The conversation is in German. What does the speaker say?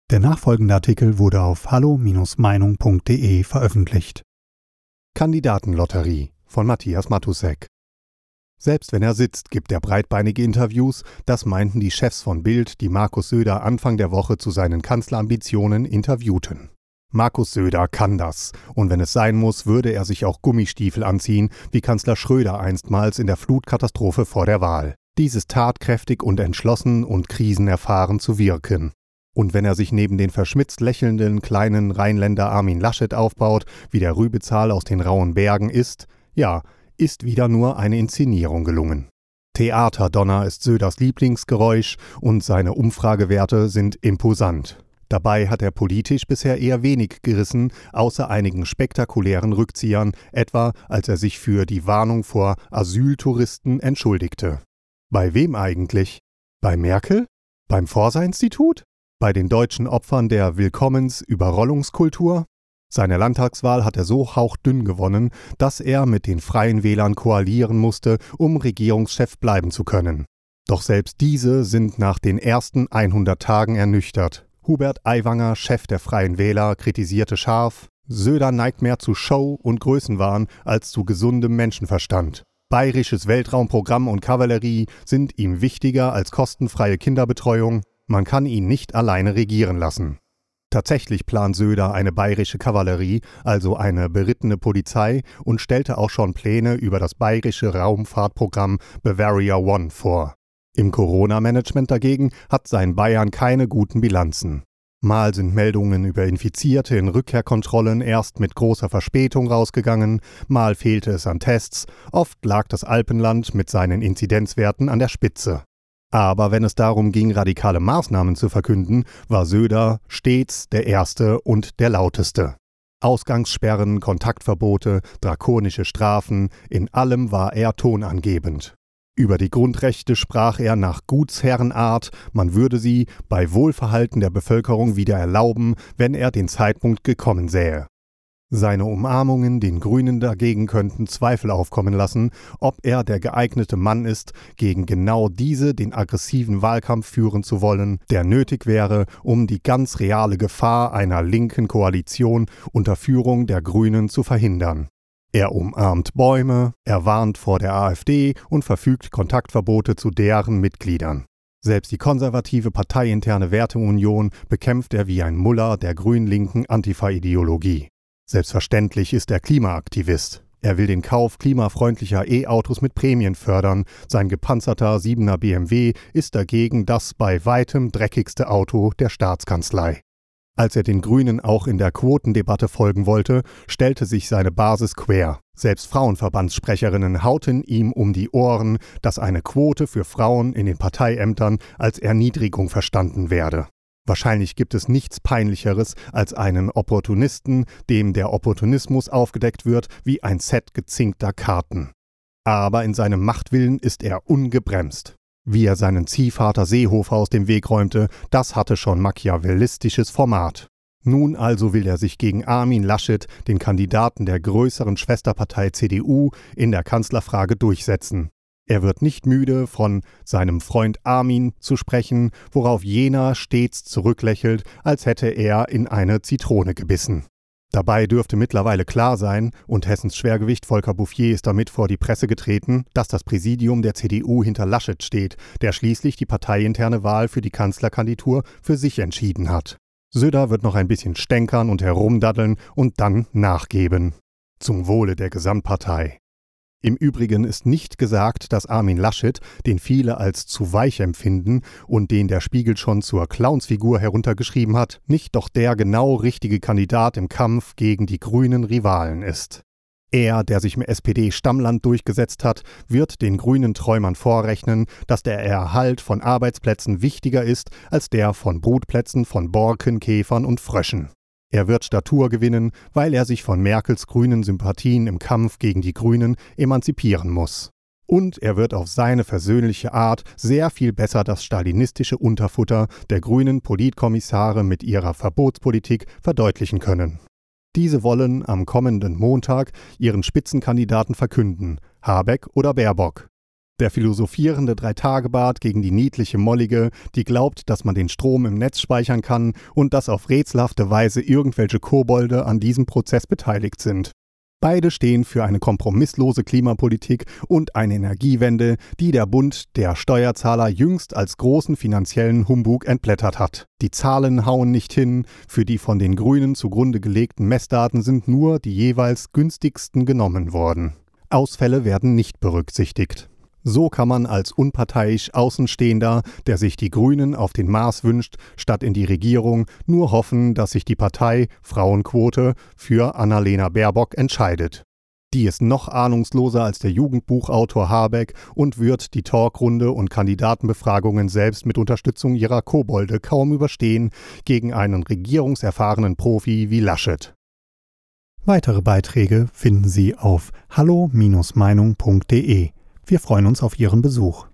Der nachfolgende Artikel wurde auf hallo-meinung.de veröffentlicht. Kandidatenlotterie von Matthias Matussek. Selbst wenn er sitzt, gibt er breitbeinige Interviews, das meinten die Chefs von Bild, die Markus Söder Anfang der Woche zu seinen Kanzlerambitionen interviewten. Markus Söder kann das, und wenn es sein muss, würde er sich auch Gummistiefel anziehen, wie Kanzler Schröder einstmals in der Flutkatastrophe vor der Wahl. Dies ist tatkräftig und entschlossen und krisenerfahren zu wirken. Und wenn er sich neben den verschmitzt lächelnden kleinen Rheinländer Armin Laschet aufbaut, wie der Rübezahl aus den rauen Bergen ist wieder nur eine Inszenierung gelungen. Theaterdonner ist Söders Lieblingsgeräusch und seine Umfragewerte sind imposant. Dabei hat er politisch bisher eher wenig gerissen, außer einigen spektakulären Rückziehern, etwa als er sich für die Warnung vor Asyltouristen entschuldigte. Bei wem eigentlich? Bei Merkel? Beim Forsa-Institut? Bei den deutschen Opfern der Willkommens-Überrollungskultur? Seine Landtagswahl hat er so hauchdünn gewonnen, dass er mit den Freien Wählern koalieren musste, um Regierungschef bleiben zu können. Doch selbst diese sind nach den ersten 100 Tagen ernüchtert. Hubert Aiwanger, Chef der Freien Wähler, kritisierte scharf: Söder neigt mehr zu Show und Größenwahn als zu gesundem Menschenverstand. Bayerisches Weltraumprogramm und Kavallerie sind ihm wichtiger als kostenfreie Kinderbetreuung. Man kann ihn nicht alleine regieren lassen. Tatsächlich plant Söder eine bayerische Kavallerie, also eine berittene Polizei, und stellte auch schon Pläne über das bayerische Raumfahrtprogramm Bavaria One vor. Im Corona-Management dagegen hat sein Bayern keine guten Bilanzen. Mal sind Meldungen über Infizierte in Rückkehrkontrollen erst mit großer Verspätung rausgegangen, mal fehlte es an Tests, oft lag das Alpenland mit seinen Inzidenzwerten an der Spitze. Aber wenn es darum ging, radikale Maßnahmen zu verkünden, war Söder stets der Erste und der Lauteste. Ausgangssperren, Kontaktverbote, drakonische Strafen, in allem war er tonangebend. Über die Grundrechte sprach er nach Gutsherrenart, man würde sie bei Wohlverhalten der Bevölkerung wieder erlauben, wenn er den Zeitpunkt gekommen sähe. Seine Umarmungen den Grünen dagegen könnten Zweifel aufkommen lassen, ob er der geeignete Mann ist, gegen genau den aggressiven Wahlkampf führen zu wollen, der nötig wäre, um die ganz reale Gefahr einer linken Koalition unter Führung der Grünen zu verhindern. Er umarmt Bäume, er warnt vor der AfD und verfügt Kontaktverbote zu deren Mitgliedern. Selbst die konservative parteiinterne Werteunion bekämpft er wie ein Muller der grün-linken Antifa-Ideologie. Selbstverständlich ist er Klimaaktivist. Er will den Kauf klimafreundlicher E-Autos mit Prämien fördern. Sein gepanzerter 7er BMW ist dagegen das bei weitem dreckigste Auto der Staatskanzlei. Als er den Grünen auch in der Quotendebatte folgen wollte, stellte sich seine Basis quer. Selbst Frauenverbandssprecherinnen hauten ihm um die Ohren, dass eine Quote für Frauen in den Parteiämtern als Erniedrigung verstanden werde. Wahrscheinlich gibt es nichts Peinlicheres als einen Opportunisten, dem der Opportunismus aufgedeckt wird wie ein Set gezinkter Karten. Aber in seinem Machtwillen ist er ungebremst. Wie er seinen Ziehvater Seehofer aus dem Weg räumte, das hatte schon machiavellistisches Format. Nun also will er sich gegen Armin Laschet, den Kandidaten der größeren Schwesterpartei CDU, in der Kanzlerfrage durchsetzen. Er wird nicht müde, von seinem Freund Armin zu sprechen, worauf jener stets zurücklächelt, als hätte er in eine Zitrone gebissen. Dabei dürfte mittlerweile klar sein, und Hessens Schwergewicht Volker Bouffier ist damit vor die Presse getreten, dass das Präsidium der CDU hinter Laschet steht, der schließlich die parteiinterne Wahl für die Kanzlerkandidatur für sich entschieden hat. Söder wird noch ein bisschen stänkern und herumdaddeln und dann nachgeben. Zum Wohle der Gesamtpartei. Im Übrigen ist nicht gesagt, dass Armin Laschet, den viele als zu weich empfinden und den der Spiegel schon zur Clownsfigur heruntergeschrieben hat, nicht doch der genau richtige Kandidat im Kampf gegen die grünen Rivalen ist. Er, der sich im SPD-Stammland durchgesetzt hat, wird den grünen Träumern vorrechnen, dass der Erhalt von Arbeitsplätzen wichtiger ist als der von Brutplätzen von Borken, Käfern und Fröschen. Er wird Statur gewinnen, weil er sich von Merkels grünen Sympathien im Kampf gegen die Grünen emanzipieren muss. Und er wird auf seine versöhnliche Art sehr viel besser das stalinistische Unterfutter der grünen Politkommissare mit ihrer Verbotspolitik verdeutlichen können. Diese wollen am kommenden Montag ihren Spitzenkandidaten verkünden, Habeck oder Baerbock. Der philosophierende Dreitagebart gegen die niedliche Mollige, die glaubt, dass man den Strom im Netz speichern kann und dass auf rätselhafte Weise irgendwelche Kobolde an diesem Prozess beteiligt sind. Beide stehen für eine kompromisslose Klimapolitik und eine Energiewende, die der Bund der Steuerzahler jüngst als großen finanziellen Humbug entblättert hat. Die Zahlen hauen nicht hin, für die von den Grünen zugrunde gelegten Messdaten sind nur die jeweils günstigsten genommen worden. Ausfälle werden nicht berücksichtigt. So kann man als unparteiisch Außenstehender, der sich die Grünen auf den Mars wünscht, statt in die Regierung, nur hoffen, dass sich die Partei Frauenquote für Annalena Baerbock entscheidet. Die ist noch ahnungsloser als der Jugendbuchautor Habeck und wird die Talkrunde und Kandidatenbefragungen selbst mit Unterstützung ihrer Kobolde kaum überstehen gegen einen regierungserfahrenen Profi wie Laschet. Weitere Beiträge finden Sie auf hallo-meinung.de. Wir freuen uns auf Ihren Besuch.